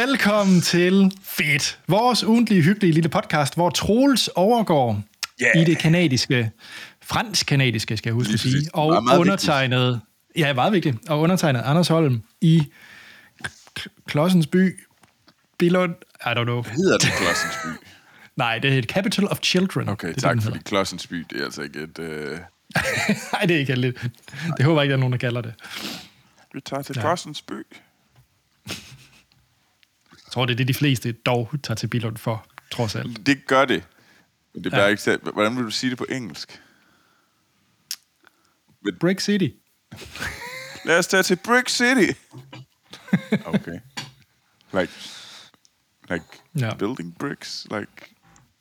Velkommen til Fedt, vores ugentlige, hyggelige lille podcast, hvor Troels overgår i det kanadiske, fransk-kanadiske, skal jeg huske at sige, og meget undertegnet, vigtigt. Ja, meget vigtigt, og undertegnet Anders Holm i Klodsens by, Billund, I don't know. Hedder det Klodsens by? Nej, det er et Capital of Children. Okay, det tak, fordi Klodsens by, det er altså ikke et... Nej, det er ikke heldigt. Det håber jeg ikke, der er nogen, der kalder det. Vi tager til Klodsens by. Jeg tror, det er det, de fleste dog tager til Billund for, trods alt. Det gør det. Men det bliver ikke selv. Hvordan vil du sige det på engelsk? Brick City. Lad os tage til Brick City. Okay. Like building bricks, like...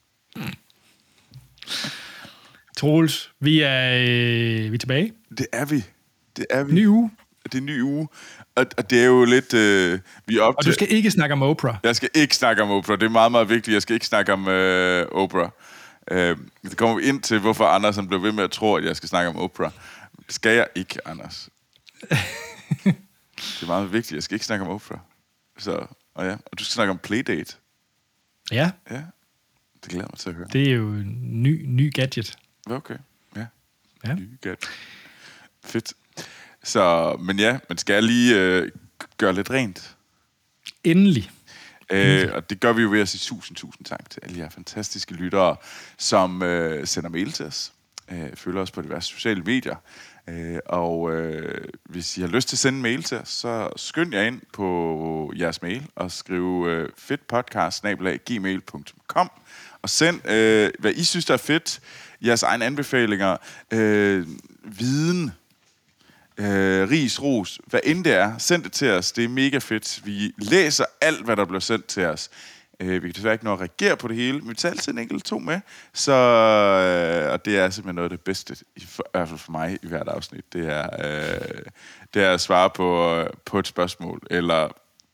Troels, vi er tilbage. Det er vi. Ny uge. Det er en ny uge. Og det er jo lidt... vi er op og du skal ikke snakke om Oprah. Jeg skal ikke snakke om Oprah. Det er meget, meget vigtigt. Jeg skal ikke snakke om Oprah. Det kommer vi ind til, hvorfor Anders han blev ved med at tro, at jeg skal snakke om Oprah. Det skal jeg ikke, Anders. Det er meget vigtigt. Jeg skal ikke snakke om Oprah. Og du skal snakke om Playdate. Ja. Ja. Det glæder mig til at høre. Det er jo en ny gadget. Okay. Ja. Ny gadget. Fedt. Så, men skal jeg lige gøre lidt rent? Endelig. Og det gør vi jo ved at sige tusind tak til alle jer fantastiske lyttere, som sender mail til os. Følger os på diverse sociale medier. Og hvis I har lyst til at sende en mail til os, så skynd jer ind på jeres mail og skriv fedtpodcast@gmail.com og send, hvad I synes, der er fedt, jeres egne anbefalinger, viden, ris, ros, hvad end det er, send det til os. Det er mega fedt. Vi læser alt, hvad der bliver sendt til os. Vi kan desværre ikke nå at reagere på det hele, men vi tager altid en enkelt to med. Så, og det er simpelthen noget af det bedste, i hvert fald for mig i hvert afsnit. Det er at svare på et spørgsmål, eller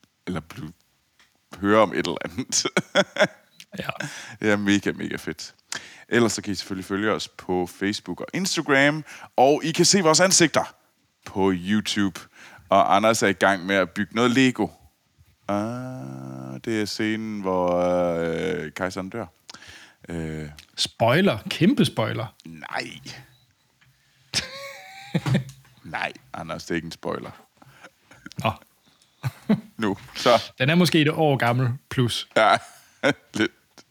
høre om et eller andet. Ja. Det er mega, mega fedt. Ellers så kan I selvfølgelig følge os på Facebook og Instagram, og I kan se vores ansigter på YouTube. Og Anders er i gang med at bygge noget Lego. Det er scenen, hvor kejseren dør. Spoiler. Kæmpe spoiler. Nej. Nej, Anders, det er ikke en spoiler. Nu, så. Den er måske et år gammel plus. Ja, lidt.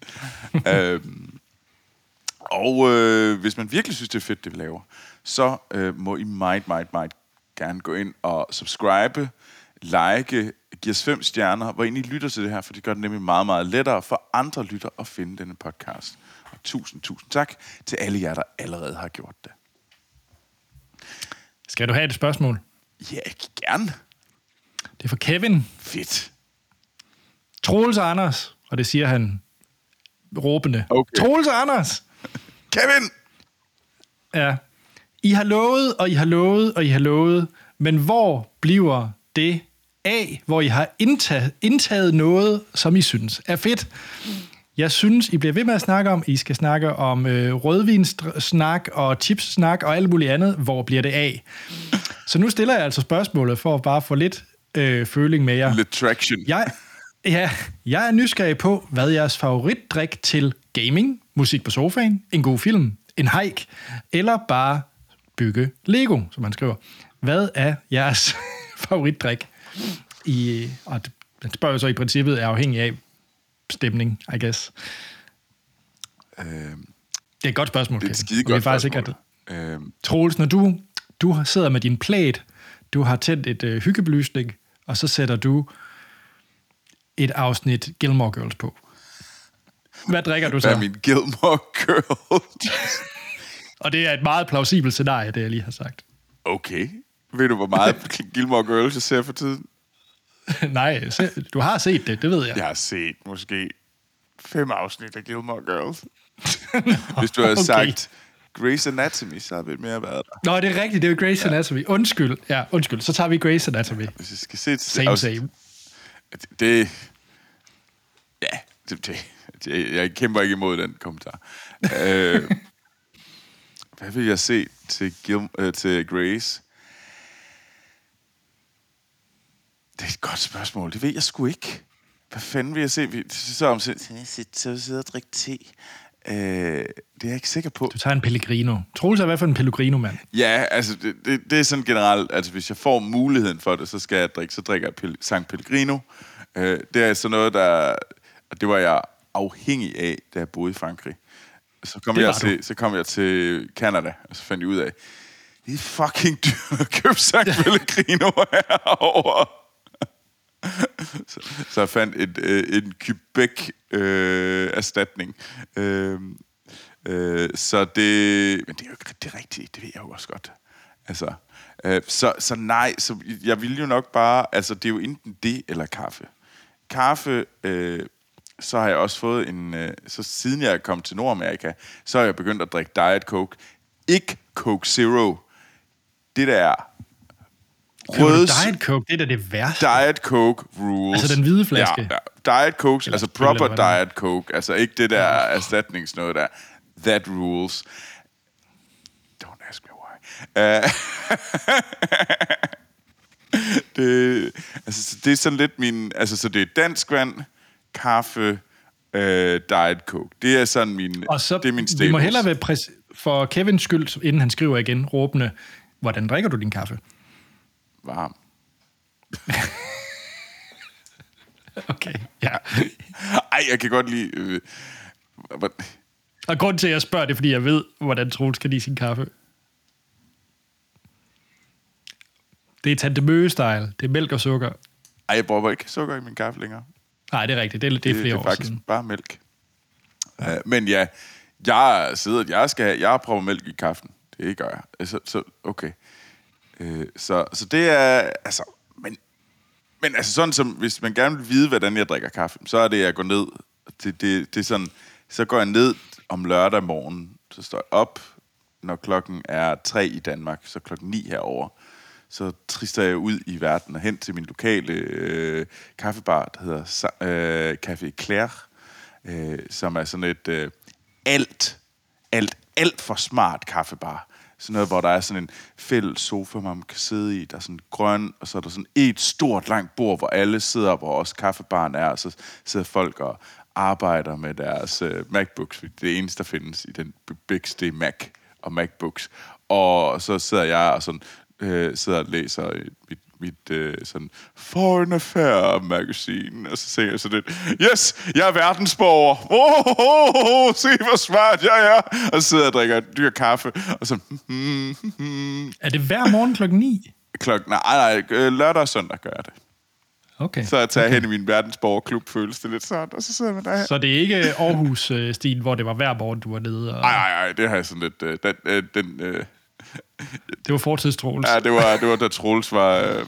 Hvis man virkelig synes, det er fedt, det vi laver, så må I meget gerne gå ind og subscribe, like, give os 5 stjerner, hvor I lytter til det her, for det gør det nemlig meget, meget lettere for andre lytter at finde denne podcast. Og tusind tak til alle jer, der allerede har gjort det. Skal du have et spørgsmål? Ja, gerne. Det er fra Kevin. Fedt. Troels og Anders, og det siger han råbende. Okay. Troels og Anders! Kevin! Ja. I har lovet, men hvor bliver det af, hvor I har indtaget noget, som I synes er fedt? Jeg synes, I bliver ved med at snakke om, I skal snakke om rødvinssnak og chipssnak og alt muligt andet. Hvor bliver det af? Så nu stiller jeg altså spørgsmålet for at bare få lidt føling med jer. Lidt traction. Jeg er nysgerrig på, hvad jeres favoritdrik til gaming, musik på sofaen, en god film, en hike, eller bare bygge Lego, som man skriver. Hvad er jeres favoritdrik? Og den spørger så i princippet er afhængig af stemning, I guess. Det er et godt spørgsmål. Det er et skidegodt spørgsmål. Troels, når du sidder med din plate, du har tændt et hyggebelysning, og så sætter du et afsnit Gilmore Girls på. Hvad drikker du så? Hvad er min Gilmore Girls? Og det er et meget plausibelt scenarie, det jeg lige har sagt. Okay. Ved du, hvor meget Gilmore Girls jeg ser for tiden? Nej, du har set det ved jeg. Jeg har set måske 5 afsnit af Gilmore Girls. Hvis du havde sagt Grey's Anatomy, så havde vi mere været der. Nå, det er rigtigt, det er jo Grey's Anatomy. Undskyld. Så tager vi Grey's Anatomy. Hvis jeg skal se same. Jeg kæmper ikke imod den kommentar. Hvad vil jeg se til Grace? Det er et godt spørgsmål. Det ved jeg sgu ikke. hvad fanden vil jeg se? Så om så sidde og drikke te. Det er jeg ikke sikker på. Du tager en Pellegrino. Troels er i hvert fald en Pellegrino, mand. Ja, altså, det er sådan generelt, altså hvis jeg får muligheden for det, så skal jeg drikke, så drikker jeg San Pellegrino. Det er sådan noget, og det var jeg afhængig af, da jeg boede i Frankrig. Så kom jeg til Canada, og så fandt jeg ud af, det er fucking dyrt at købe San Pellegrino herovre. Så jeg fandt en Quebec-erstatning. Så det... Men det er jo ikke rigtig rigtigt, det ved jeg jo også godt. Altså, så nej, så jeg vil jo nok bare... Altså, det er jo enten det eller kaffe. Kaffe... så har jeg også fået en... så siden jeg kom til Nordamerika, så har jeg begyndt at drikke Diet Coke. Ikke Coke Zero. Det der... Diet Coke, det er da det værste. Diet Coke rules. Altså den hvide flaske? Ja. Diet Coke, altså proper Diet Coke. Altså ikke det der erstatningsnød der. That rules. Don't ask me why. Det er sådan lidt min... Altså, så det er dansk vand, kaffe, Diet Coke. Det er sådan min... Og så, det er min staples. Vi må hellere være for Kevins skyld, inden han skriver igen, råbende, hvordan drikker du din kaffe? Varm. Okay, ja. Ej, jeg kan godt lide... Og grunden til, at jeg spørger, det er, fordi jeg ved, hvordan Troels kan lide sin kaffe. Det er Tante Møge-style. Det er mælk og sukker. Ej, jeg bruger ikke sukker i min kaffe længere. Nej, det er rigtigt. Det er flere år siden. Det er faktisk bare mælk. Men ja, jeg har prøvet mælk i kaffen. Det gør jeg. Så okay. Så det er... Altså, men altså sådan som... Hvis man gerne vil vide, hvordan jeg drikker kaffe, så er det, at jeg går ned... Det er sådan... Så går jeg ned om lørdag morgen, så står jeg op, når klokken er 3 i Danmark, så klokken 9 herover. Så trister jeg ud i verden og hen til min lokale kaffebar, der hedder Café Claire, som er sådan et alt for smart kaffebar. Sådan noget, hvor der er sådan en fælles sofa, man kan sidde i, der er sådan grøn, og så er der sådan et stort langt bord, hvor alle sidder, hvor også kaffebaren er, og så sidder folk og arbejder med deres MacBooks. Det eneste, der findes i den Bix, det er Mac og MacBooks. Og så sidder jeg og sådan, sidder og læser mit sådan Foreign Affair magasin, og så tænker jeg sådan lidt, yes, jeg er verdensborger. Se hvor smart jeg er. Og så sidder jeg og drikker dyr kaffe, og så... Er det hver morgen klokken 9? Nej, lørdag og søndag gør jeg det. Okay. Så jeg tager hen i min verdensborgerklub, føles det lidt sådan, og så sidder man der. Så det er ikke Aarhus-stil, hvor det var hver morgen, du var nede? Og... Nej, det har jeg sådan lidt... Det var fortids-Troels. Ja, det var da Troels var,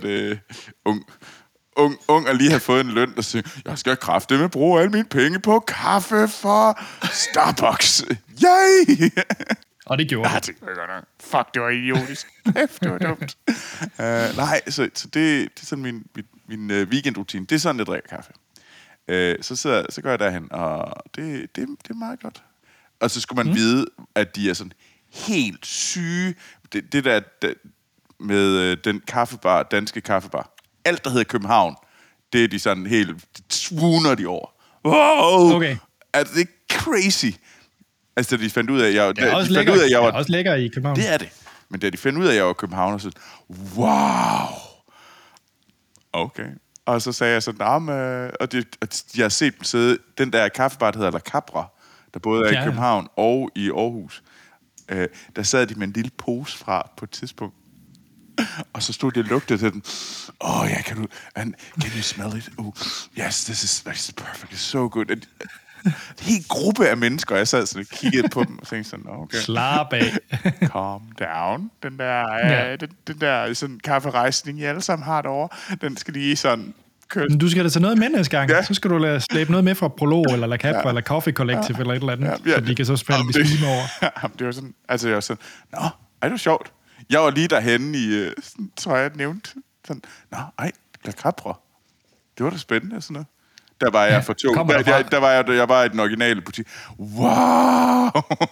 ung og lige havde fået en løn, der siger, jeg skal kraftedeme bruge alle mine penge på kaffe for Starbucks. Yay! Og det gjorde det. Fuck, det var idiotisk. Det var dumt. Nej, så det er sådan min weekendrutine. Det er sådan, jeg drikker kaffe. Så går jeg derhen, og det er meget godt. Og så skulle man vide, at de er sådan helt syge. Det der med den kaffebar, danske kaffebar. Alt, der hedder København, det er de sådan helt... Swooner de over. Wow! Okay. Altså, det er crazy. Altså, da de fandt ud af, at jeg... Det er også lækker, jeg var, også lækker i København. Det er det. Men da de fandt ud af, at jeg var København, så wow! Okay. Og så sagde jeg sådan, og jeg har set dem sidde... Den der kaffebar, der hedder La Capra, der både er i København og i Aarhus. Der sad de med en lille pose fra på et tidspunkt. Og så stod de og lugtede til den. Ja, can you smell it? Yes, this is perfect. It's so good. En hel gruppe af mennesker, jeg sad sådan og kiggede på dem og tænkte sådan, okay. Slap af. Calm down. Den der sådan kafferejsning, I alle sammen har derovre, den skal lige sådan... Men du skal da tage noget med næste gang. Ja. Så skal du slæbe noget med fra Prolog, eller La Capra, eller Coffee Collective, eller et eller andet, så de kan så spille besvime over. Det var sådan, altså jeg var sådan, det var sjovt. Jeg var lige derhenne i, tror jeg nævnte, sådan, La Capra. Det var da spændende, sådan noget. Der var jeg for to. Jeg var i den originale butik. Wow!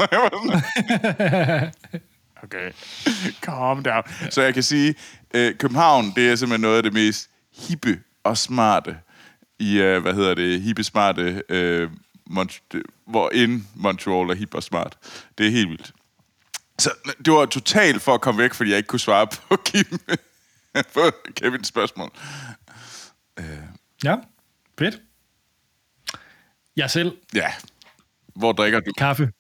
Okay, calm down. Så jeg kan sige, København, det er simpelthen noget af det mest hippe og smarte, hippesmarte, hvor in Montreal er hip og smart. Det er helt vildt. Så det var totalt for at komme væk, fordi jeg ikke kunne svare på Kevins spørgsmål. Ja, fedt. Jeg selv. Ja. Hvor drikker du? Kaffe.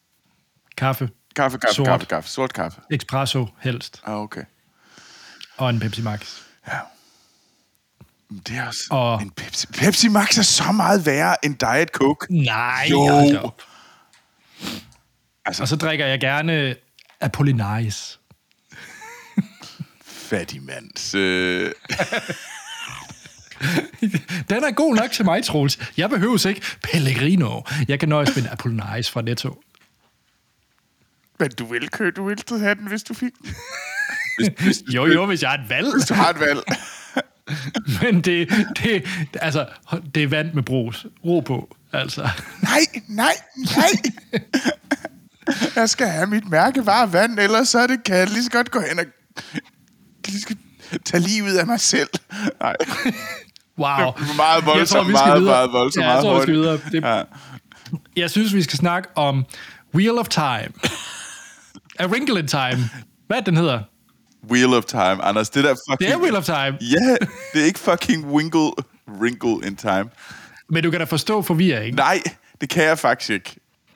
Sort. Sort kaffe. Espresso helst. Okay. Og en Pepsi Max. Ja. Det er også... En Pepsi Max er så meget værre end Diet Coke. Nej, jo. Altså, og så drikker jeg gerne Apollinaris. Fattig mand. Den er god nok til mig, Troels. Jeg behøver ikke Pellegrino. Jeg kan nøjes med en Apollinaris fra Netto. Men du vil have den, hvis du fik den. Jo, hvis jeg har et valg. Hvis du har et valg. Men det er vand med ro på, altså. Nej. Jeg skal have mit mærkevarevand, ellers så kan jeg lige så godt gå hen og tage livet af mig selv. Nej. Wow. Det er meget voldsomt, meget voldsomt. Ja, jeg tror, vi skal videre. Jeg synes, vi skal snakke om Wheel of Time. A Wrinkle in Time. Hvad den hedder? Wheel of Time, Anders. Det der fucking... Det er Wheel of Time. Ja, det er ikke fucking Wrinkle in Time. Men du kan da forstå forvirringen. Nej, det kan jeg faktisk ikke.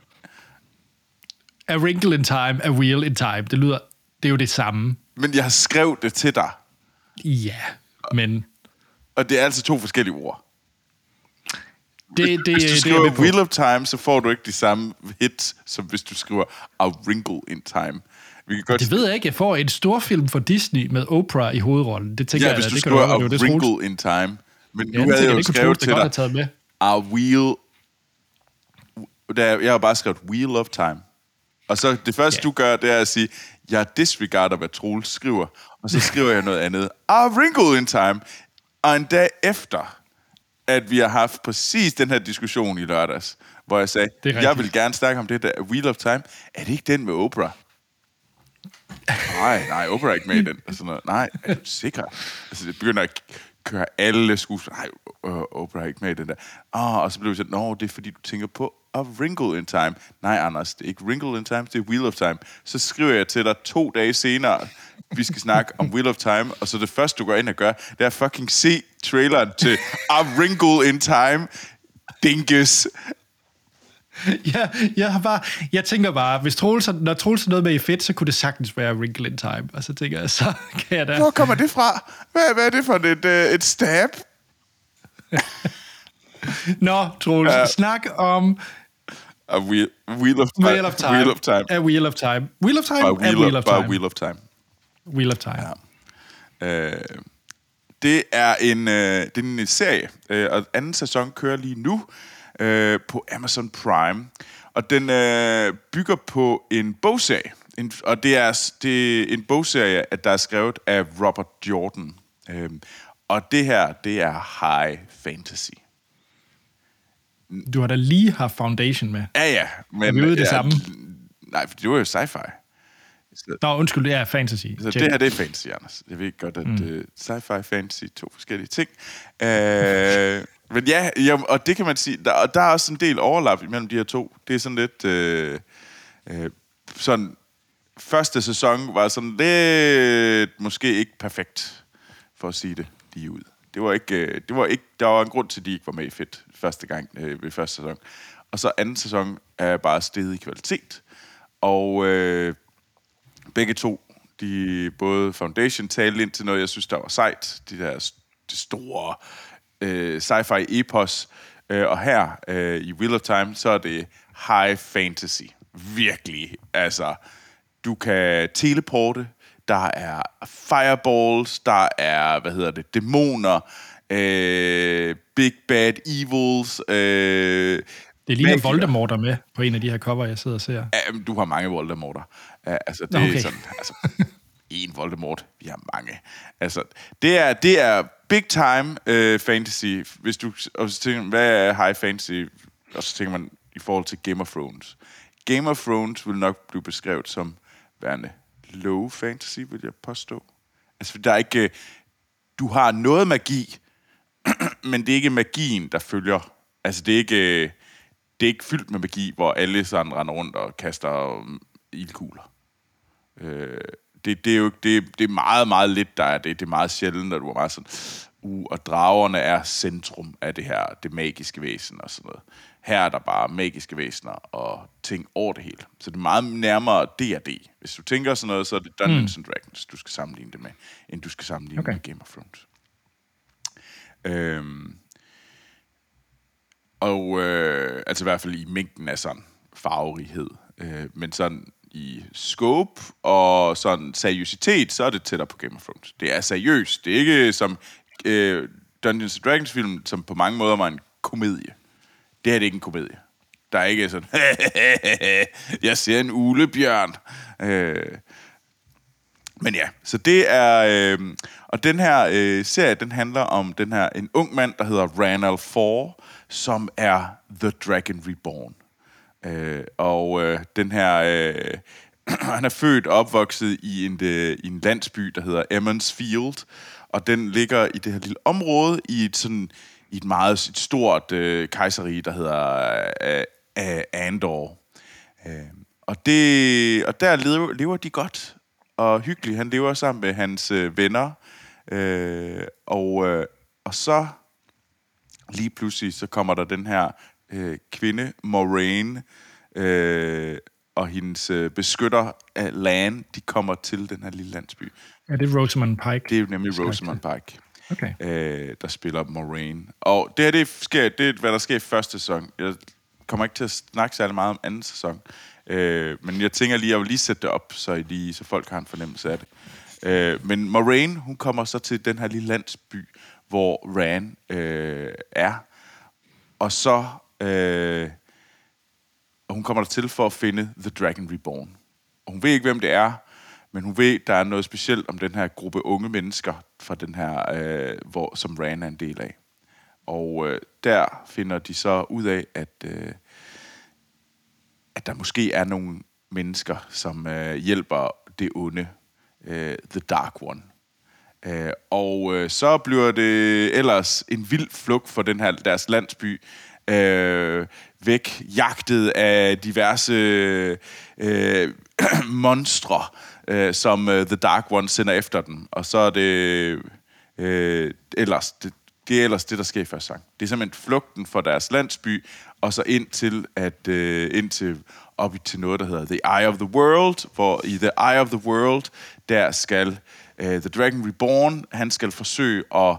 A Wrinkle in Time, A Wheel in Time. Det er jo det samme. Men jeg har skrevet det til dig. Ja, men... Og det er altså to forskellige ord. Hvis du skriver Wheel of Time, så får du ikke de samme hits, som hvis du skriver A Wrinkle in Time. Det ved jeg ikke. Jeg får en storfilm for Disney med Oprah i hovedrollen. Det tænker jeg, hvis det du skriver A Wrinkle in Time. Men nu havde jeg jo skrevet til dig, A Wheel... Jeg har bare skrevet Wheel of Time. Og så det første, du gør, det er at sige, jeg disregarder, hvad Troels skriver. Og så skriver jeg noget andet. A Wrinkle in Time. Og en dag efter, at vi har haft præcis den her diskussion i lørdags, hvor jeg sagde, jeg vil gerne snakke om det der Wheel of Time. Er det ikke den med Oprah? Nej, Oprah er ikke med i den. Og sådan noget. Nej, er du sikker? Altså, det begynder at køre alle skuespillere. Nej, Oprah er ikke med i den der. Og så blev vi sådan, det er fordi, du tænker på A Wrinkle in Time. Nej, Anders, det er ikke Wrinkle in Time, det er Wheel of Time. Så skriver jeg til dig 2 dage senere, vi skal snakke om Wheel of Time, og så det første, du går ind og gør, det er fucking se traileren til A Wrinkle in Time. Dinges. Ja, jeg tænker bare, når Troels er noget med i fedt, så kunne det sagtens være Wrinkle in Time. Og så tænker jeg, så kan jeg da... Hvor kommer det fra? Hvad er det for et stab? Nå, Troels, snak om... A Wheel of Time. Wheel of Time. Wheel of Time. A Wheel of Time. Wheel of Time? Wheel of Time. Wheel of Time. Ja. Det er en serie, og anden sæson kører lige nu på Amazon Prime. Og den bygger på en bogserie. Og det er en bogserie, der er skrevet af Robert Jordan. Og det her, det er high fantasy. Du har da lige haft Foundation med. Ja. Men vi ude det samme? Nej, for det var jo sci-fi. Nå, undskyld, det er fantasy. Så det her, det er fantasy, Anders. Jeg ved godt, at sci-fi og fantasy er 2 forskellige ting. Men ja, og det kan man sige, der er også en del overlap imellem de her to. Det er sådan lidt... sådan, første sæson var sådan lidt... Måske ikke perfekt, for at sige det lige ud. Det var ikke, der var en grund til, at de ikke var med i fedt første gang ved første sæson. Og så anden sæson er bare steget i kvalitet. Og begge to, både Foundation talte ind til noget, jeg synes, der var sejt. Det store sci-fi epos. Og her i Wheel of Time, så er det high fantasy. Virkelig. Altså, du kan teleporte. Der er fireballs, der er, dæmoner, big bad evils. Det ligner Voldemort er med på en af de her cover, jeg sidder og ser. Du har mange Voldemorter. Altså, det er sådan, en Voldemort, vi har mange. Altså, det er big time fantasy, hvis du og så tænker, hvad er high fantasy? Og så tænker man i forhold til Game of Thrones. Game of Thrones vil nok blive beskrevet som værende low fantasy, vil jeg påstå. Altså, der er ikke... Du har noget magi, men det er ikke magien, der følger. Altså, det er ikke fyldt med magi, hvor alle sådan render rundt og kaster ildkugler. Det er jo det er meget, meget lidt, der er det. Det er meget sjældent, at du er meget sådan... og dragerne er centrum af det magiske væsen og sådan noget. Her er der bare magiske væsener og ting over det hele. Så det er meget nærmere D&D. Hvis du tænker sådan noget, så er det Dungeons and Dragons, du skal sammenligne det med, end du skal sammenligne med Game of Thrones. Altså i hvert fald i mængden af sådan farverighed. Men sådan i scope og sådan seriøsitet, så er det tættere på Game of Thrones. Det er seriøst. Det er ikke som Dungeons & Dragons film, som på mange måder var en komedie. Det her er ikke en komedie. Der er ikke sådan, jeg ser en ulebjørn. Men ja, så det er... og den her serie, den handler om en ung mand, der hedder Ranalf Four, som er The Dragon Reborn. Den her... han er født og opvokset i en landsby, der hedder Emond's Field, og den ligger i det her lille område i et meget stort kejserrige, der hedder Andor. Og der lever de godt og hyggeligt. Han lever sammen med hans venner. Og så lige pludselig, så kommer der den her kvinde, Moraine, og hendes beskytter af Lan, de kommer til den her lille landsby. Ja, det er Rosamund Pike. Det er nemlig Rosamund Pike, okay. Der spiller Moraine. Og det er hvad der sker i første sæson. Jeg kommer ikke til at snakke særlig meget om anden sæson. Men jeg tænker lige, jeg vil lige sætte det op, så folk har en fornemmelse af det. Men Moraine, hun kommer så til den her lille landsby, hvor Ran er. Og så... og hun kommer der til for at finde The Dragon Reborn. Og hun ved ikke, hvem det er, men hun ved, der er noget specielt om den her gruppe unge mennesker, fra den her, som Ran er en del af. Og der finder de så ud af, at der måske er nogle mennesker, som hjælper det onde, The Dark One. Så bliver det ellers en vild flugt for deres landsby, væk, jagtet af diverse monstre, som The Dark One sender efter dem. Og så er det ellers det, der sker i første sang. Det er simpelthen flugten fra deres landsby, og så indtil op til noget, der hedder The Eye of the World, hvor i The Eye of the World, der skal The Dragon Reborn, han skal forsøge at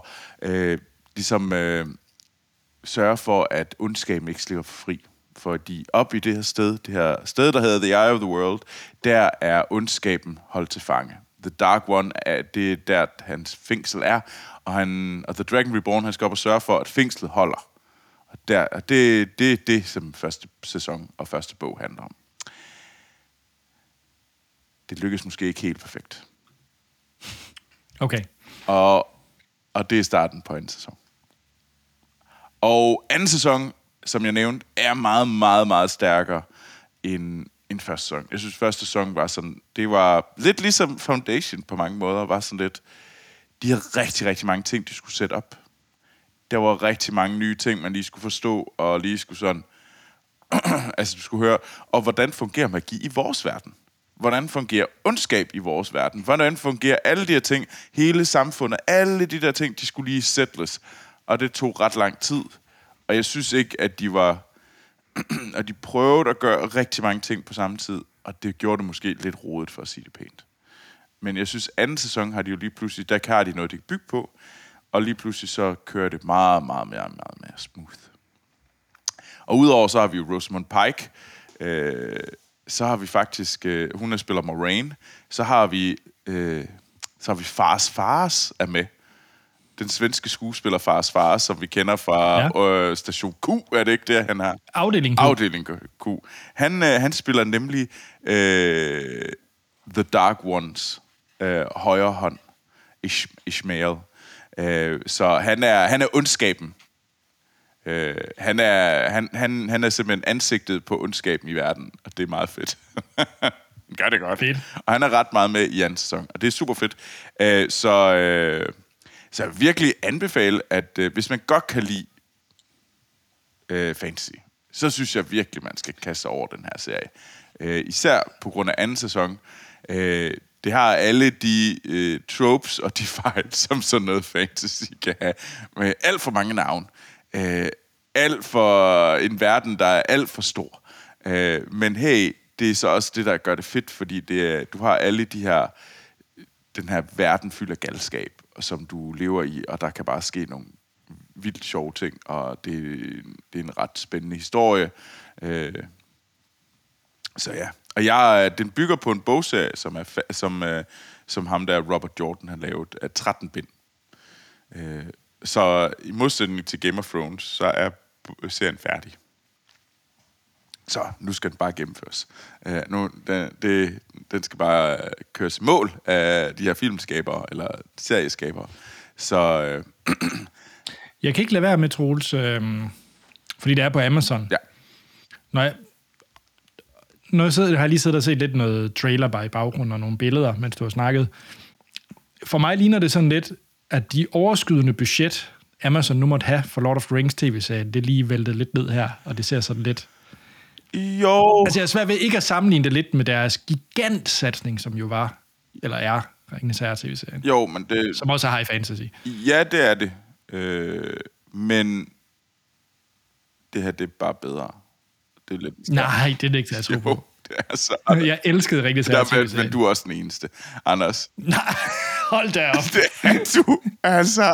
sørge for, at ondskaben ikke slipper fri. Fordi op i det her sted, der hedder The Eye of the World, der er ondskaben holdt til fange. The Dark One, det er der, hans fængsel er, og The Dragon Reborn, han skal op og sørge for, at fængslet holder. Og det er det, som første sæson og første bog handler om. Det lykkes måske ikke helt perfekt. Okay. Og det er starten på anden sæson. Og anden sæson, som jeg nævnte, er meget, meget, meget stærkere end første sæson. Jeg synes, første sæson var sådan... Det var lidt ligesom Foundation på mange måder. Var sådan lidt... De havde rigtig, rigtig mange ting, de skulle sætte op. Der var rigtig mange nye ting, man lige skulle forstå, og lige skulle sådan... altså, du skulle høre... Og hvordan fungerer magi i vores verden? Hvordan fungerer ondskab i vores verden? Hvordan fungerer alle de her ting? Hele samfundet, alle de der ting, de skulle lige settles. Og det tog ret lang tid. Og jeg synes ikke, at de var... at de prøvede at gøre rigtig mange ting på samme tid. Og det gjorde det måske lidt rodet, for at sige det pænt. Men jeg synes, anden sæson har de jo lige pludselig... Der har de noget, de kan bygge på. Og lige pludselig så kører det meget, meget mere smooth. Og udover så har vi jo Rosamund Pike. Så har vi faktisk... hun spiller Moraine. Så har vi Fars er med. Den svenske skuespiller Fars, som vi kender fra Station Q, er det ikke det, han har? Afdeling Q. Han spiller nemlig The Dark Ones højre hånd, Ishmael. Så han er ondskaben. Han er simpelthen ansigtet på ondskaben i verden, og det er meget fedt. Han gør det godt. Fedt. Og han er ret meget med i anden sæson, og det er super fedt. Så jeg vil virkelig anbefale, at hvis man godt kan lide fantasy, så synes jeg virkelig, man skal kaste sig over den her serie. Især på grund af anden sæson. Det har alle de tropes og de fejl, som sådan noget fantasy kan have. Med alt for mange navn. Alt for en verden, der er alt for stor. Men hey, det er så også det, der gør det fedt, fordi du har alle den her verden fyldt af galskab, som du lever i, og der kan bare ske nogle vildt sjove ting, og det er en ret spændende historie. Så ja. Og den bygger på en bogserie, som ham der, Robert Jordan, han lavet af 13 bind. Så i modsætning til Game of Thrones, så er serien færdig. Så nu skal den bare gennemføres. Den skal bare køres i mål af de her filmskabere, eller serieskabere. Så... Jeg kan ikke lade være med, Troels, fordi det er på Amazon. Ja. Når jeg har jeg lige siddet og set lidt noget trailer bare i baggrunden og nogle billeder, mens du har snakket. For mig ligner det sådan lidt, at de overskydende budget, Amazon nu måtte have for Lord of the Rings tv-serien, det lige væltet lidt ned her, og det ser sådan lidt... Jo. Altså jeg er svært ved ikke at sammenligne det lidt med deres gigantsatsning, som jo var, eller er, Ringenes Herre tv-serien. Jo, men det... Som også er high fantasy. Ja, det er det. Men det her, det er bare bedre. Det er lidt... Nej, det er ikke til at tro på. Det er så... Jeg elskede Ringenes Herre tv-serien. Men du er også den eneste, Anders. Nej, hold da op. Det er du, altså...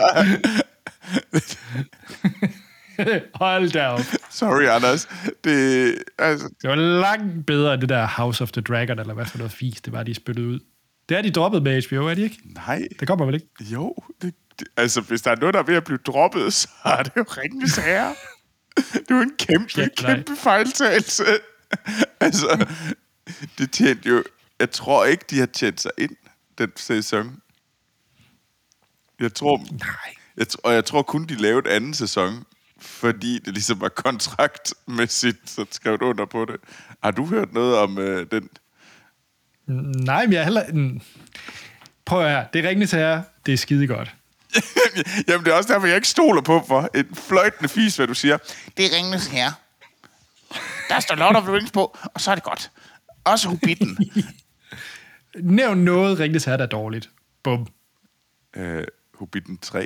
Hold da op. Sorry, Anders. Det var langt bedre end det der House of the Dragon, eller hvad for noget fis, det var, de spyttede ud. Det er de droppet med HBO, er de ikke? Nej. Det kommer vel ikke? Jo, altså hvis der er noget, der er ved at blive droppet, så er det jo Ringenes Herre. Det er jo en kæmpe fejltagelse. Altså, det tjente jo... Jeg tror ikke, de har tjent sig ind, den sæson. Jeg tror kun, de lavede anden sæson, fordi det ligesom var kontraktmæssigt, så skrev du under på det. Har du hørt noget om den? Nej, men jeg heller... Prøv her, det er Ringenes Herre, det er skide godt. Jamen, det er også derfor, jeg ikke stoler på for en fløjtende fis, hvad du siger. Det er Ringenes Herre. Der står Lord of the Rings på, og så er det godt. Også Hobbiten. Nævn noget Ringenes Herre, der er dårligt. Bum. Hobbiten 3.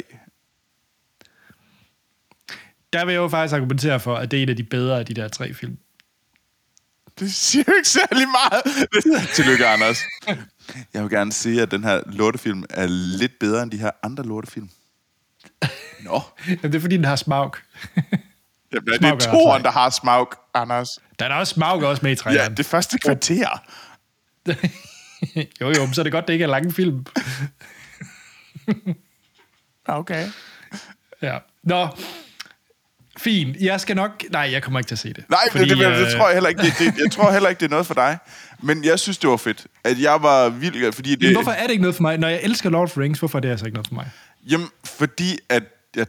Der vil jeg jo faktisk argumentere for, at det er en af de bedre af de der 3 film. Det siger jo ikke særlig meget. Tillykke, Anders. Jeg vil gerne sige, at den her lortefilm er lidt bedre end de her andre lortefilm. Nå. Jamen, det er fordi, den har Smaug. Jamen, det er toren, der har Smaug, Anders. Der er også Smaug også med i træerne. Ja, det første kvarter. jo, så er det godt, det ikke er lange film. Okay. Ja. Nå, fint. Jeg skal nok... Nej, jeg kommer ikke til at se det. Nej, fordi, det tror jeg heller ikke. Jeg tror heller ikke, det er noget for dig. Men jeg synes, det var fedt. At jeg var vild, fordi det... Men hvorfor er det ikke noget for mig? Når jeg elsker Lord of the Rings, hvorfor er det altså ikke noget for mig? Jamen, fordi at...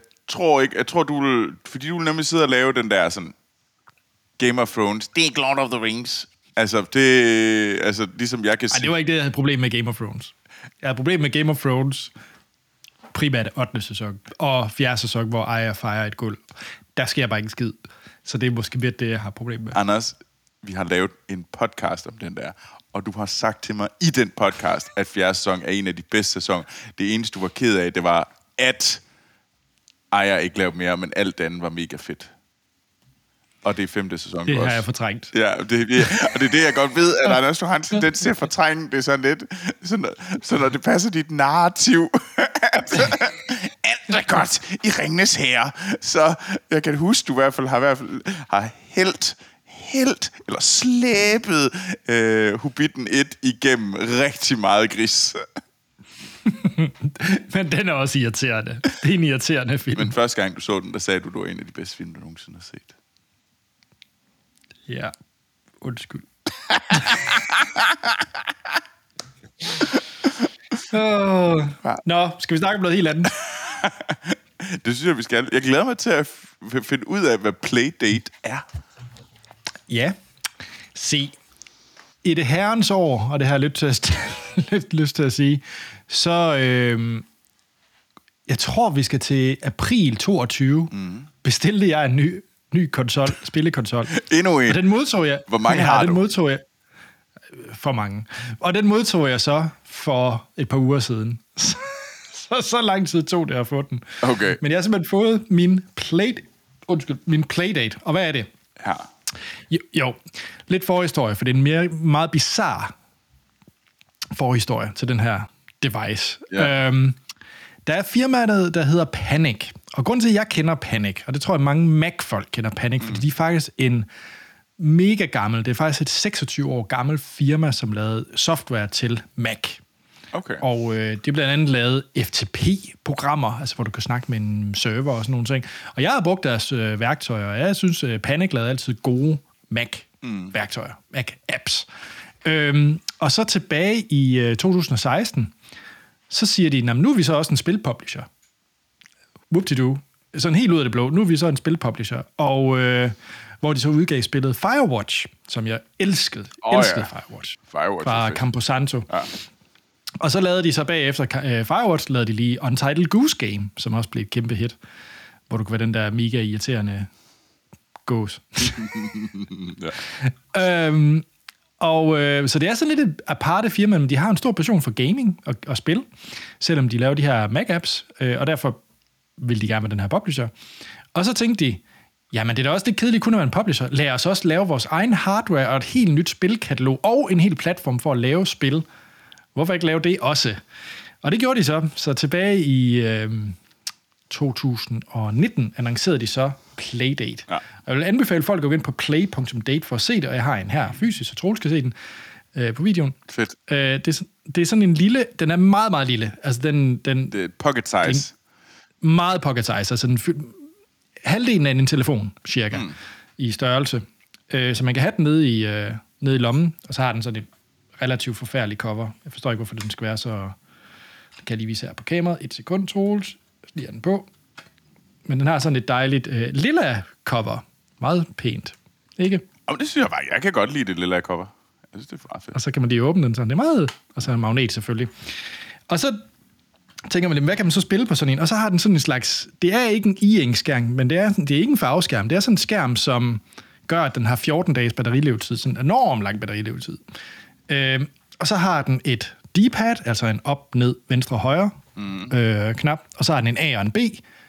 Fordi du vil nemlig sidde og lave den der sådan... Game of Thrones. Det er ikke Lord of the Rings. Altså, ligesom jeg kan sige... Nej, det var ikke det, jeg havde problem med Game of Thrones. Jeg havde problem med Game of Thrones... primært 8. sæson, og 4. sæson, hvor Arya fejrer et gulv. Der sker bare ikke en skid. Så det er måske lidt det, jeg har problem med. Anders, vi har lavet en podcast om den der, og du har sagt til mig i den podcast, at 4. sæson er en af de bedste sæsoner. Det eneste, du var ked af, det var, at Arya ikke lavede mere, men alt andet var mega fedt. Og det er 5. sæson det også. Det har jeg fortrængt. Ja, og det er det, jeg godt ved, at Anders, du har en tendens til at fortrænge det sådan lidt, så når det passer dit narrativ, alt er godt i Ringenes Herre. Så jeg kan huske, du i hvert fald har hældt eller slæbet Hobbiten 1 igennem rigtig meget gris. Men den er også irriterende. Det er en irriterende film. Men første gang, du så den, der sagde du var en af de bedste film, du nogensinde har set. Ja, undskyld. Nå, skal vi snakke om noget helt andet? Det synes jeg, vi skal. Jeg glæder mig til at finde ud af, hvad Playdate er. Ja. Se, i det herrens år, og det har jeg lidt lyst til at sige, så jeg tror, vi skal til april 22, bestilte jeg en ny konsol, spillekonsol. Endnu en. Og den modtog jeg. Hvor mange har den du? modtog jeg. For mange. Og den modtog jeg så for et par uger siden. Så lang tid tog det at få den. Okay. Men jeg har simpelthen fået min Playdate. Og hvad er det? Ja. Jo, lidt forhistorie, for det er en meget bizarre forhistorie til den her device. Ja. Der er firmaet, der hedder Panic. Og grunden til, at jeg kender Panic, og det tror jeg, mange Mac-folk kender Panic, fordi de er faktisk en mega gammel, det er faktisk et 26 år gammelt firma, som lavede software til Mac. Okay. Og det er blandt andet lavet FTP-programmer, altså hvor du kan snakke med en server og sådan nogle ting. Og jeg har brugt deres værktøjer, og jeg synes, Panic lavede altid gode Mac-værktøjer, Mac-apps. Og så tilbage i 2016, så siger de, nu er vi så også en spilpublisher. Whoop-de-doo. Sådan helt ud af det blå. Nu er vi så en spilpublisher. Og hvor de så udgav spillet Firewatch, som jeg elskede Firewatch. Fra Camposanto. Ja. Og så lavede de så bagefter Firewatch, lavede de lige Untitled Goose Game, som også blev et kæmpe hit, hvor du kan være den der mega irriterende gås. Så det er sådan lidt et aparte firma, men de har en stor passion for gaming og spil, selvom de laver de her Mac-apps, og derfor vil de gerne med den her publisher. Og så tænkte de, jamen det er da også lidt kedeligt kun at være en publisher. Lad os også lave vores egen hardware og et helt nyt spilkatalog og en hel platform for at lave spil. Hvorfor ikke lave det også? Og det gjorde de så. Så tilbage i 2019 annoncerede de så Playdate. Ja. Jeg vil anbefale folk at gå ind på play.date for at se det, og jeg har en her fysisk, så Troels skal se den på videoen. Fedt. Det er sådan en lille, den er meget, meget lille. Altså det er pocket size. Meget pocket size, altså halvdelen af en telefon, cirka, i størrelse. Så man kan have den nede i lommen, og så har den sådan et relativt forfærdeligt cover. Jeg forstår ikke, hvorfor den skal være så... Det kan jeg lige vise her på kameraet. 1 sekund, Troels. Lige er den på. Men den har sådan et dejligt lilla cover. Meget pænt. Ikke? Det synes jeg bare. Jeg kan godt lide det lilla cover. Jeg synes, det er fedt. Og så kan man lige åbne den sådan. Det er meget... Og så er en magnet selvfølgelig. Og så tænker man, hvad kan man så spille på sådan en? Og så har den sådan en slags... Det er ikke en e-ink-skærm, men det er ikke en farveskærm. Det er sådan en skærm, som gør, at den har 14 dages batterilevetid. Sådan en enorm lang batterilevetid. Og så har den et D-pad, altså en op, ned, venstre, højre knap. Og så har den en A og en B.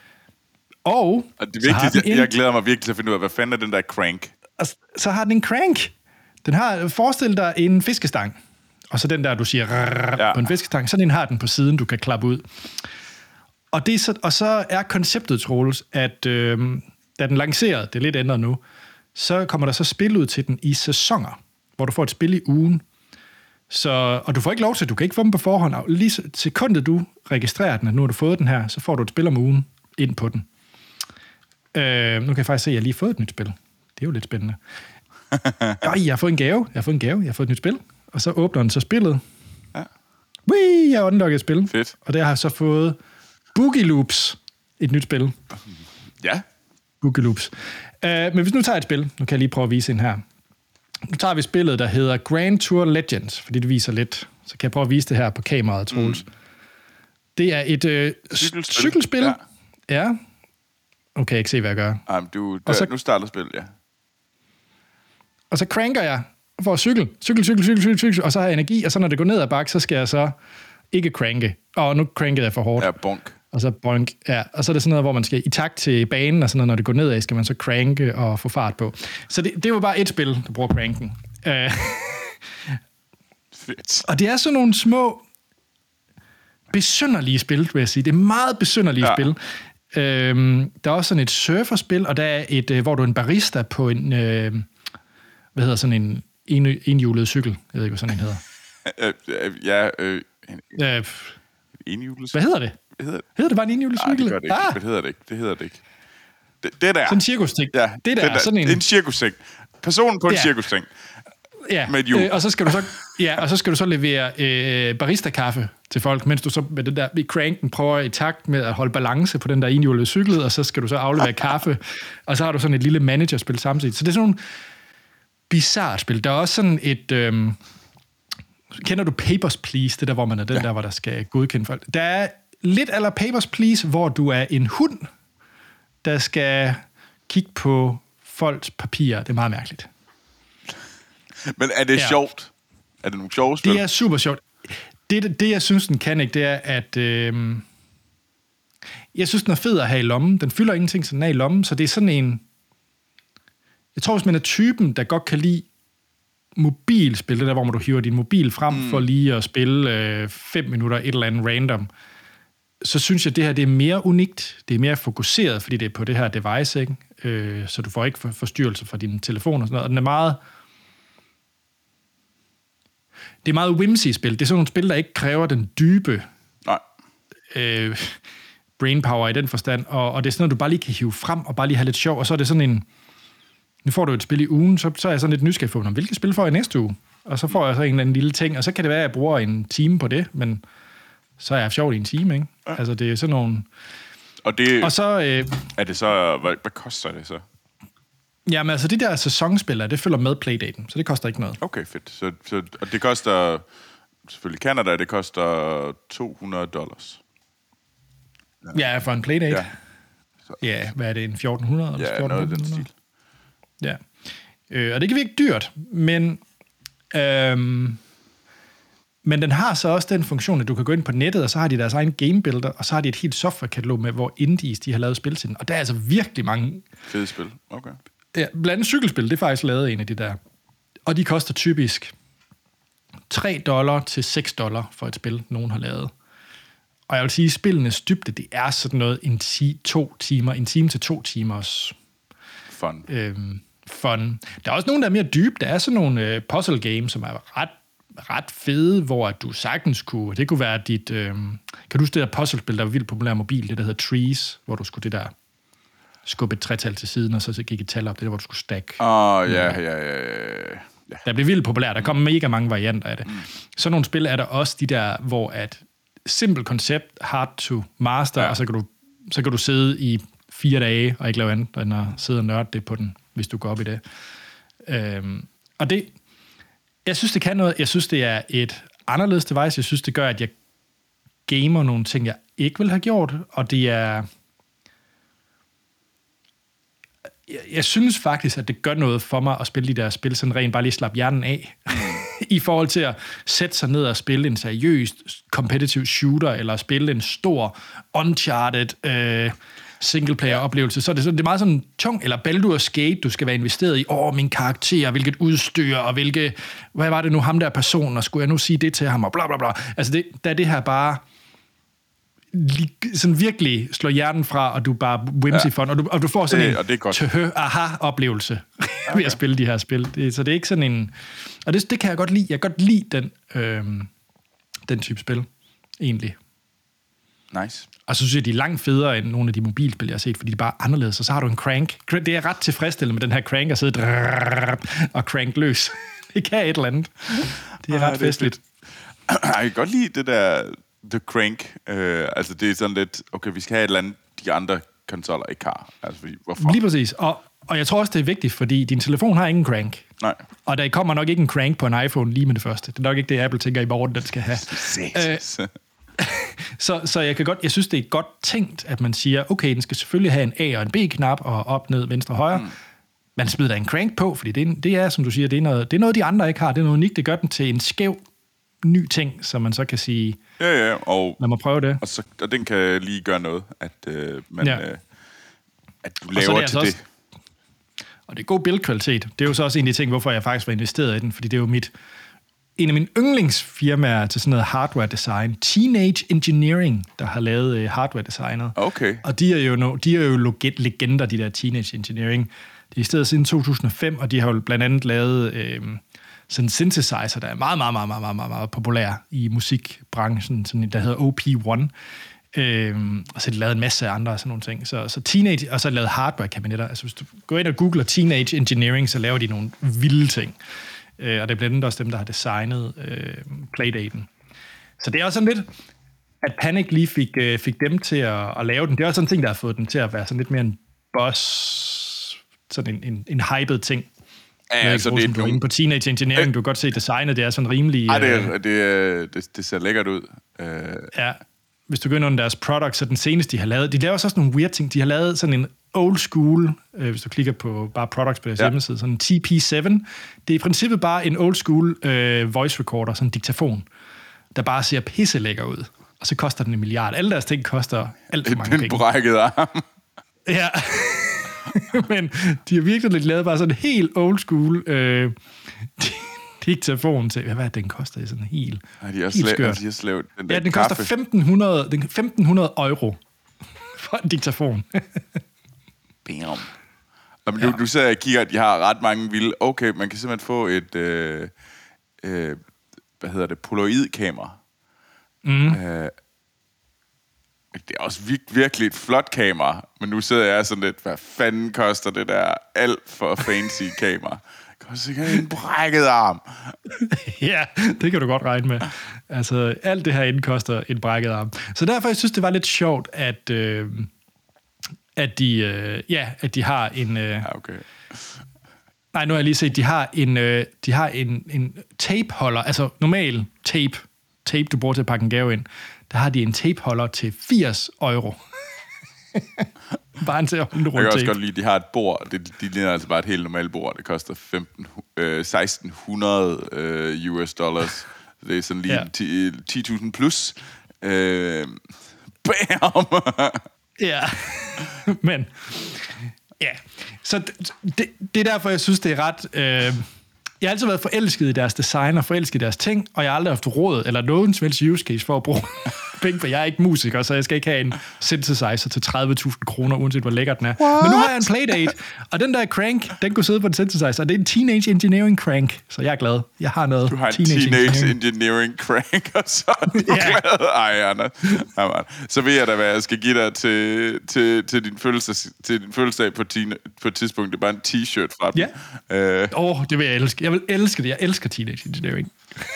Og det er vigtigt, jeg glæder mig virkelig til at finde ud af, hvad fanden er den der crank? Og så har den en crank. Den har, forestil dig en fiskestang. Og så den der, du siger på en fiskestang. Sådan en har den på siden, du kan klappe ud. Og så er konceptet, Troels, at da den lancerede, det er lidt ændret nu, så kommer der så spil ud til den i sæsoner, hvor du får et spil i ugen. Og du får ikke lov til, du kan ikke få dem på forhånd. Lige sekundet du registrerer den, at nu har du fået den her, så får du et spil om ugen ind på den. Nu kan jeg faktisk se, at jeg lige har fået et nyt spil. Det er jo lidt spændende. Jeg har fået en gave. Jeg har fået et nyt spil. Og så åbner den så spillet. Ja. Whee, jeg har unlocket et spil. Fedt. Og der har jeg så fået Boogie Loops, et nyt spil. Ja. Boogie Loops. Men hvis nu tager et spil, nu kan jeg lige prøve at vise en her. Nu tager vi spillet, der hedder Grand Tour Legends, fordi det viser lidt. Så kan jeg prøve at vise det her på kameraet, Troels. Det er et cykelspil. Ja. Nu kan jeg ikke se, hvad jeg gør. Nu starter spillet, ja. Og så cranker jeg for at cykle, og så har jeg energi, og så når det går ned ad bakke, så skal jeg så ikke cranke. Og nu crankede jeg for hårdt. Ja, bonk. Og så bonk, ja. Og så er det sådan noget, hvor man skal i takt til banen, og sådan noget, når det går nedad, skal man så cranke og få fart på. Så det var bare et spil, der bruger cranken. Fedt. Og det er sådan nogle små besynderlige spil, vil jeg sige. Det er meget besynderlige spil. Der er også sådan et surferspil, og der er et, hvor du er en barista på en, hvad hedder sådan en enhjulet cykel. Jeg ved ikke, hvad sådan en hedder. Enhjulet. Hvad hedder det? Hedder det bare en enhjulet cykel? Nej, det hedder det ikke. Det hedder det ikke. Det der. Sådan en cirkusting. Ja, det der. Sådan en cirkusting. Personen på en cirkusting. Ja, med et hjul. Og så skal du så levere barista-kaffe til folk, mens du så med den der cranken prøver i takt med at holde balance på den der enhjulede cykel, og så skal du så aflevere kaffe, og så har du sådan et lille managerspil samtidig. Så det er sådan nogle bizarre spil. Der er også sådan et... kender du Papers, Please? Det der, hvor man er den der, hvor der skal godkende folk. Der er lidt a la Papers, Please, hvor du er en hund, der skal kigge på folks papirer. Det er meget mærkeligt. Men er det sjovt? Er det nogle sjove spil? Det er super sjovt. Det jeg synes, den kan ikke, det er, at jeg synes, den er fed at have i lommen. Den fylder ingenting, så den er i lommen. Så det er sådan en... Jeg tror, hvis man er typen, der godt kan lide mobilspil, det der, hvor du hiver din mobil frem for lige at spille 5 minutter et eller andet random, så synes jeg, at det her det er mere unikt. Det er mere fokuseret, fordi det er på det her device, ikke? Så du får ikke forstyrrelse fra din telefon og sådan noget. Og den er meget... Det er meget whimsy-spil. Det er sådan nogle spil, der ikke kræver den dybe brainpower i den forstand, og det er sådan noget, du bare lige kan hive frem og bare lige have lidt sjov, og så er det sådan en... Nu får du et spil i ugen, så er jeg sådan lidt nysgerrig på, hvilke spil får jeg næste uge? Og så får jeg så en eller anden lille ting, og så kan det være, at jeg bruger en time på det, men så er jeg sjovt i en time, ikke? Ja. Altså, det er sådan nogle... Og så... er det så... Hvad koster det så? Jamen, altså, det der sæsonspil, det følger med playdaten, så det koster ikke noget. Okay, fedt. Og det koster... Selvfølgelig Canada, det koster $200. Ja, for en playdate. Ja, hvad er det, en 1400? Eller ja, noget af den stil. Ja. Og det kan virke dyrt, men den har så også den funktion, at du kan gå ind på nettet, og så har de deres egen gamebuilder, og så har de et helt softwarekatalog med, hvor indies de har lavet spil til den. Og der er altså virkelig mange... Fede spil, okay. Ja, blandt andet cykelspil, det er faktisk lavet en af de der. Og de koster typisk $3 til $6 for et spil, nogen har lavet. Og jeg vil sige, at spillenes dybde, det er sådan noget en time til 2 timers fun. Fun. Der er også nogle, der er mere dybe. Der er sådan nogle puzzle games, som er ret fede, hvor du sagtens kunne... Det kunne være dit... kan du huske det der puzzlespil, der var vildt populær mobil, det der hedder Trees, hvor du skulle det der skubbe et tretal til siden, og så gik et tal op, det der, hvor du skulle stack. Ja. Der blev vildt populær. Der kom mega mange varianter af det. Sådan nogle spil er der også de der, hvor at simpelt koncept, hard to master, og så kan du sidde i 4 dage og ikke lave andet, end at sidde og nørde det på den, hvis du går op i det. Og det, jeg synes, det kan noget. Jeg synes, det er et anderledes device. Jeg synes, det gør, at jeg gamer nogle ting, jeg ikke vil have gjort, og det er... Jeg synes faktisk, at det gør noget for mig at spille de der spil, sådan rent bare lige slappe hjernen af, i forhold til at sætte sig ned og spille en seriøs competitive shooter, eller spille en stor Uncharted singleplayer-oplevelse. Så det er meget sådan tung, eller Baldur's Gate, du skal være investeret i, min karakter, hvilket udstyr, og hvad var det nu, ham der person, og skulle jeg nu sige det til ham, og bla bla bla. Altså, der er det her bare... sådan virkelig slår hjernen fra, og du bare whimsy fun, og du får sådan en aha-oplevelse ved at spille de her spil. Så det er ikke sådan en... Og det kan jeg godt lide. Jeg kan godt lide den type spil, egentlig. Nice. Og så synes jeg, de er langt federe end nogle af de mobilspil, jeg har set, fordi de er bare anderledes. Og så har du en crank. Det er ret tilfredsstillende med den her crank, at sidde og crank løs. Det kan et eller andet. Det er ret festligt. Jeg kan godt lide det der... The Crank, altså det er sådan lidt, okay, vi skal have et eller andet, de andre konsoller ikke har. Altså, fordi, hvorfor? Lige præcis. Og jeg tror også, det er vigtigt, fordi din telefon har ingen crank. Nej. Og der kommer nok ikke en crank på en iPhone lige med det første. Det er nok ikke det, Apple tænker i morgen, den skal have. Så jeg synes, det er godt tænkt, at man siger, okay, den skal selvfølgelig have en A og en B-knap, og op, ned, venstre, højre. Man smider der en crank på, fordi det er, som du siger, det er noget, de andre ikke har. Det er noget unikt, det gør den til en skæv ny ting, som man så kan sige, og lad mig prøve det. Og den kan lige gøre noget, at du laver til det. Og det er god billedkvalitet. Det er jo så også en af de ting, hvorfor jeg faktisk var investeret i den, fordi det er jo en af mine yndlingsfirmaer til sådan noget hardware design, Teenage Engineering, der har lavet hardware designet. Okay. Og de er jo legender, de der Teenage Engineering. De er i stedet siden 2005, og de har jo blandt andet lavet sådan en synthesizer, der er meget, meget, meget, meget, meget, meget, meget populær i musikbranchen, sådan, der hedder OP1. Og så har de lavet en masse andre sådan nogle ting. Så Teenage, og så har de lavet hardware-kabinetter. Altså hvis du går ind og googler Teenage Engineering, så laver de nogle vilde ting. Og det er blandt andet også dem, der har designet Playdaten. Så det er også sådan lidt, at Panic lige fik dem til at lave den. Det er også sådan en ting, der har fået den til at være sådan lidt mere en boss, sådan en hyped ting. Ja, altså det er du er inde på Teenage Engineering, du kan godt se designet, det er sådan rimelig... det ser lækkert ud. Ja. hvis du går ind under deres products, så den seneste, de har lavet, de laver så også nogle weird ting. De har lavet sådan en old school, hvis du klikker på bare products på deres hjemmeside, sådan en TP7. Det er i princippet bare en old school voice recorder, sådan en diktafon, der bare ser pisselækker ud. Og så koster den 1 milliard. Alle deres ting koster alt for mange penge. Den brækkede arm. Ja. Men de har virkelig lavet bare sådan en helt old school diktafon til, hvad den koster? Sådan helt, helt skørt. Den koster 1.500 euro for en diktafon. Bam. Men du ser, jeg kigger, at de har ret mange vilde. Okay, man kan simpelthen få et, polaroid-kamera. Det er også virkelig et flot kamera, men nu sidder jeg sådan lidt, hvad fanden koster det der alt for fancy kamera? Det koster sikkert en brækket arm. Ja, det kan du godt regne med. Altså, alt det her inden koster en brækket arm. Så derfor, jeg synes, det var lidt sjovt, at de har en... Okay. Nej, nu har jeg lige set, de har en tapeholder, altså normal tape, du bruger til at pakke en gave ind. Der har de en tapeholder til 80 euro. Bare til at holde rundt tape. Jeg kan også godt lide, at de har et bord. De ligner altså bare et helt normalt bord. Det koster 1.600 US dollars. Det er sådan lige 10.000 plus. Bam! Ja, men... Ja, så det er derfor, jeg synes, det er ret... Jeg har altid været forelsket i deres design og forelsket i deres ting, og jeg har aldrig haft råd eller nogen som helst use case for at bruge penge, for jeg er ikke musiker, så jeg skal ikke have en synthesizer til 30.000 kroner, uanset hvor lækker den er. What? Men nu har jeg en Playdate, og den der crank, den kunne sidde på en synthesizer, og det er en Teenage Engineering crank, så jeg er glad. Jeg har noget. Du har en Teenage Engineering crank, og så er du glad. Ej, Anders. Så ved jeg da, hvad jeg skal give dig til din fødselsdag på et tidspunkt. Det er bare en t-shirt fra dem. Ja. Det vil jeg elske. Jeg vil elske det. Jeg elsker Teenage Engineering.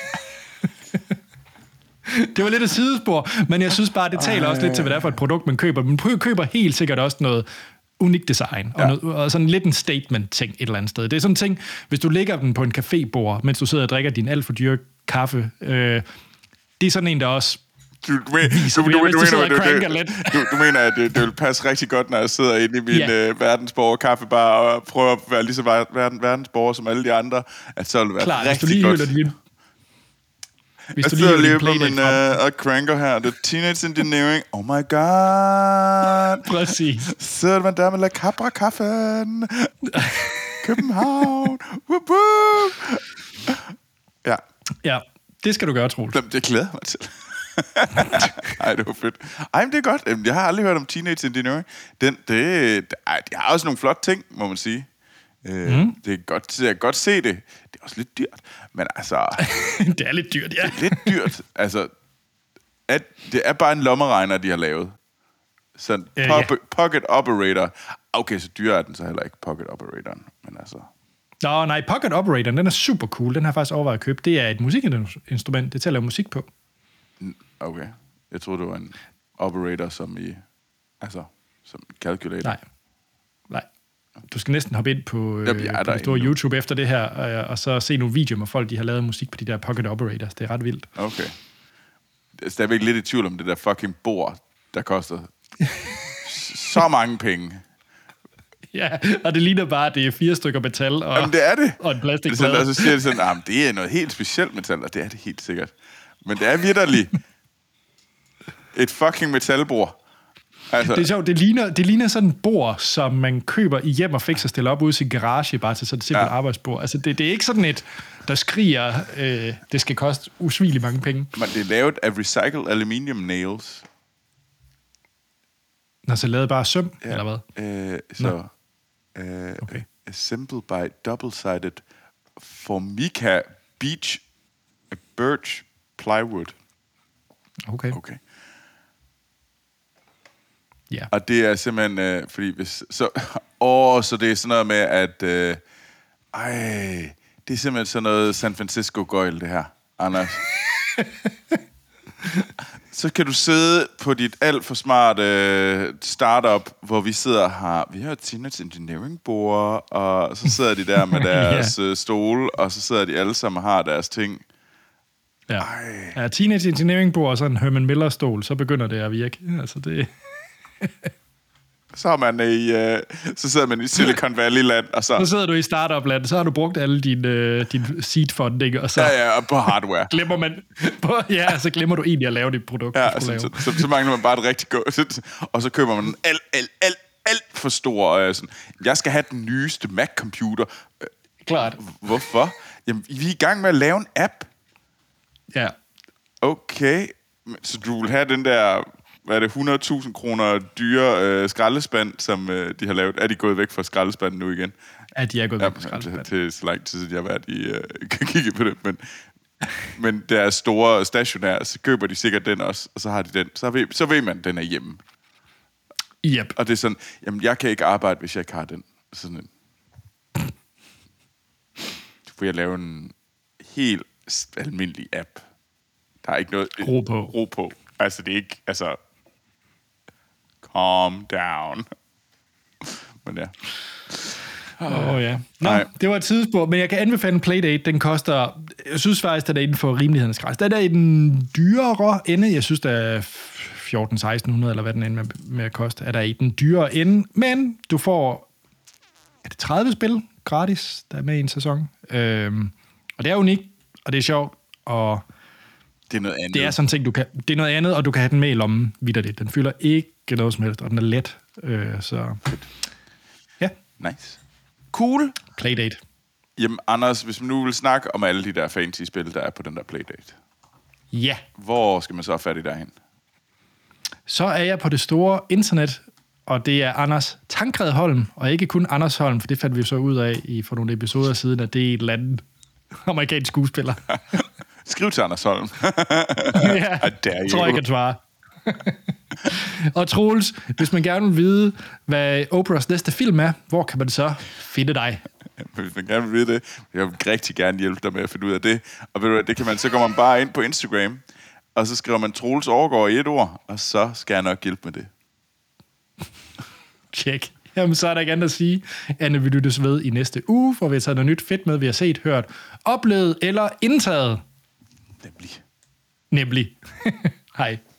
Det var lidt et sidespor, men jeg synes bare, det taler også lidt til, hvad det er for et produkt, man køber. Man køber helt sikkert også noget unikt design, og sådan lidt en statement-ting et eller andet sted. Det er sådan en ting, hvis du lægger den på en cafébord, mens du sidder og drikker din alt for dyre kaffe, det er sådan en, der også du mener, at det vil passe rigtig godt, når jeg sidder inde i min verdensborger kaffebar og prøver at være lige så verdensborger som alle de andre, at så vil det være klar, rigtig godt. Hvis jeg sidder lige på min cranker her. Det er Teenage Engineering. Oh my god. Præcis. Sidder man der med La Capra-kaffen. København. Woop, woop. Ja, det skal du gøre, Troels. Det glæder mig til. Ej, det var fedt. Ej, men det er godt. Jeg har aldrig hørt om Teenage Engineering. De har også nogle flotte ting, må man sige. Det er godt, jeg kan godt se det. Det er også lidt dyrt, men altså... det er lidt dyrt, ja. Det er lidt dyrt. Altså, det er bare en lommeregner, de har lavet. Sådan Pocket Operator. Okay, så dyr er den så heller ikke, Pocket Operatoren. Men altså... Nå, nej, Pocket Operatoren, den er super cool. Den har jeg faktisk overvejet at købe. Det er et musikinstrument. Det er til at lave musik på. Okay. Jeg troede, det var en operator som calculator. Nej. Du skal næsten hoppe ind på det store YouTube efter det her, og så se nogle videoer med folk, de har lavet musik på de der Pocket Operators. Det er ret vildt. Okay. Jeg er stadigvæk lidt i tvivl om det der fucking bord, der koster så mange penge. Ja, og det ligner bare, at det er 4 stykker metal og, jamen, det er det. Og en plastikplade. Og så siger de sådan, det er noget helt specielt metal, og det er det helt sikkert. Men det er vitterligt et fucking metalbord. Altså. Det er sjovt, det ligner sådan et bord, som man køber i hjem og fikser og stiller op ude i sin garage, bare til sådan et simpelt arbejdsbord. Altså, det er ikke sådan et, der skriger, det skal koste usvigeligt mange penge. Men det er lavet af recycled aluminium nails. Nå, så lavet bare søm, eller hvad? Okay. Assembled by double-sided Formica birch plywood. Okay. Ja. Og det er simpelthen, fordi hvis... Så det er sådan noget med, at... det er simpelthen sådan noget San Francisco-gøjl, det her, Anders. Så kan du sidde på dit alt for smarte startup, hvor vi sidder her. Vi har et Teenage Engineering-bord, og så sidder de der med deres stole, og så sidder de alle sammen og har deres ting. Ja. Ja, Teenage Engineering-bord og sådan en Herman Miller-stol, så begynder det at virke. Altså, det... Så er man så sidder man i Silicon Valley-land, og så sidder du i startup-land, så har du brugt alle din seed funding, og så... Ja, og på hardware. Glemmer man... så glemmer du egentlig at lave dit produkt, Ja, så mangler man bare et rigtig godt... Og så køber man en alt for stor... sådan, jeg skal have den nyeste Mac-computer. Klart. Hvorfor? Jamen, vi er i gang med at lave en app. Ja. Okay. Så du vil have den der... Hvad er det? 100.000 kroner dyre skraldespand, som de har lavet. Er de gået væk fra skraldespanden nu igen? Ja, de er gået væk fra skraldespanden. Det er så lang tid siden, jeg har været i kigge på det. Men deres store stationær, så køber de sikkert den også, og så har de den. Så ved man, at den er hjemme. Yep. Og det er sådan, jamen, jeg kan ikke arbejde, hvis jeg ikke har den. Sådan en. Så får jeg lave en helt almindelig app. Der er ikke noget... Ro på. Altså, det er ikke... Altså... Calm down. Men ja. Ja. Nå, det var et tidspunkt, men jeg kan anbefale en Playdate. Den koster... Jeg synes faktisk, den er inden for rimelighedens græs. Den er i den dyrere ende. Jeg synes, der er 1.400-1.600, eller hvad den ender med at koste. Er der i den dyrere ende. Men du får... Er det 30 spil gratis, der er med i en sæson? Og det er unikt, og det er sjovt, og... Det er noget andet. Det er sådan ting, det er noget andet, og du kan have den med i lommen, vitterligt. Den fylder ikke noget som helst, og den er let. Så ja. Nice. Cool. Playdate. Jamen, Anders, hvis man nu vil snakke om alle de der fancy spil, der er på den der Playdate. Ja. Hvor skal man så fat i derhen? Så er jeg på det store internet, og det er Anders Tankred Holm, og ikke kun Anders Holm, for det fandt vi så ud af for nogle episoder siden, at det er et eller andet amerikansk skuespiller. Skriv til Anders Holm. Ja, tror jeg kan svare. Og Troels, hvis man gerne vil vide, hvad Oprahs næste film er, hvor kan man så finde dig? Hvis man gerne vil vide det, jeg vil rigtig gerne hjælpe dig med at finde ud af det. Og ved du hvad, det kan man, så går man bare ind på Instagram, og så skriver man Troels Overgaard i et ord, og så skal jeg nok hjælpe med det. Tjek. Jamen, så er der ikke andet at sige, end at vi lyttes ved i næste uge, for vi har taget noget nyt fedt med, vi har set, hørt, oplevet eller indtaget. Nemlig. Hej.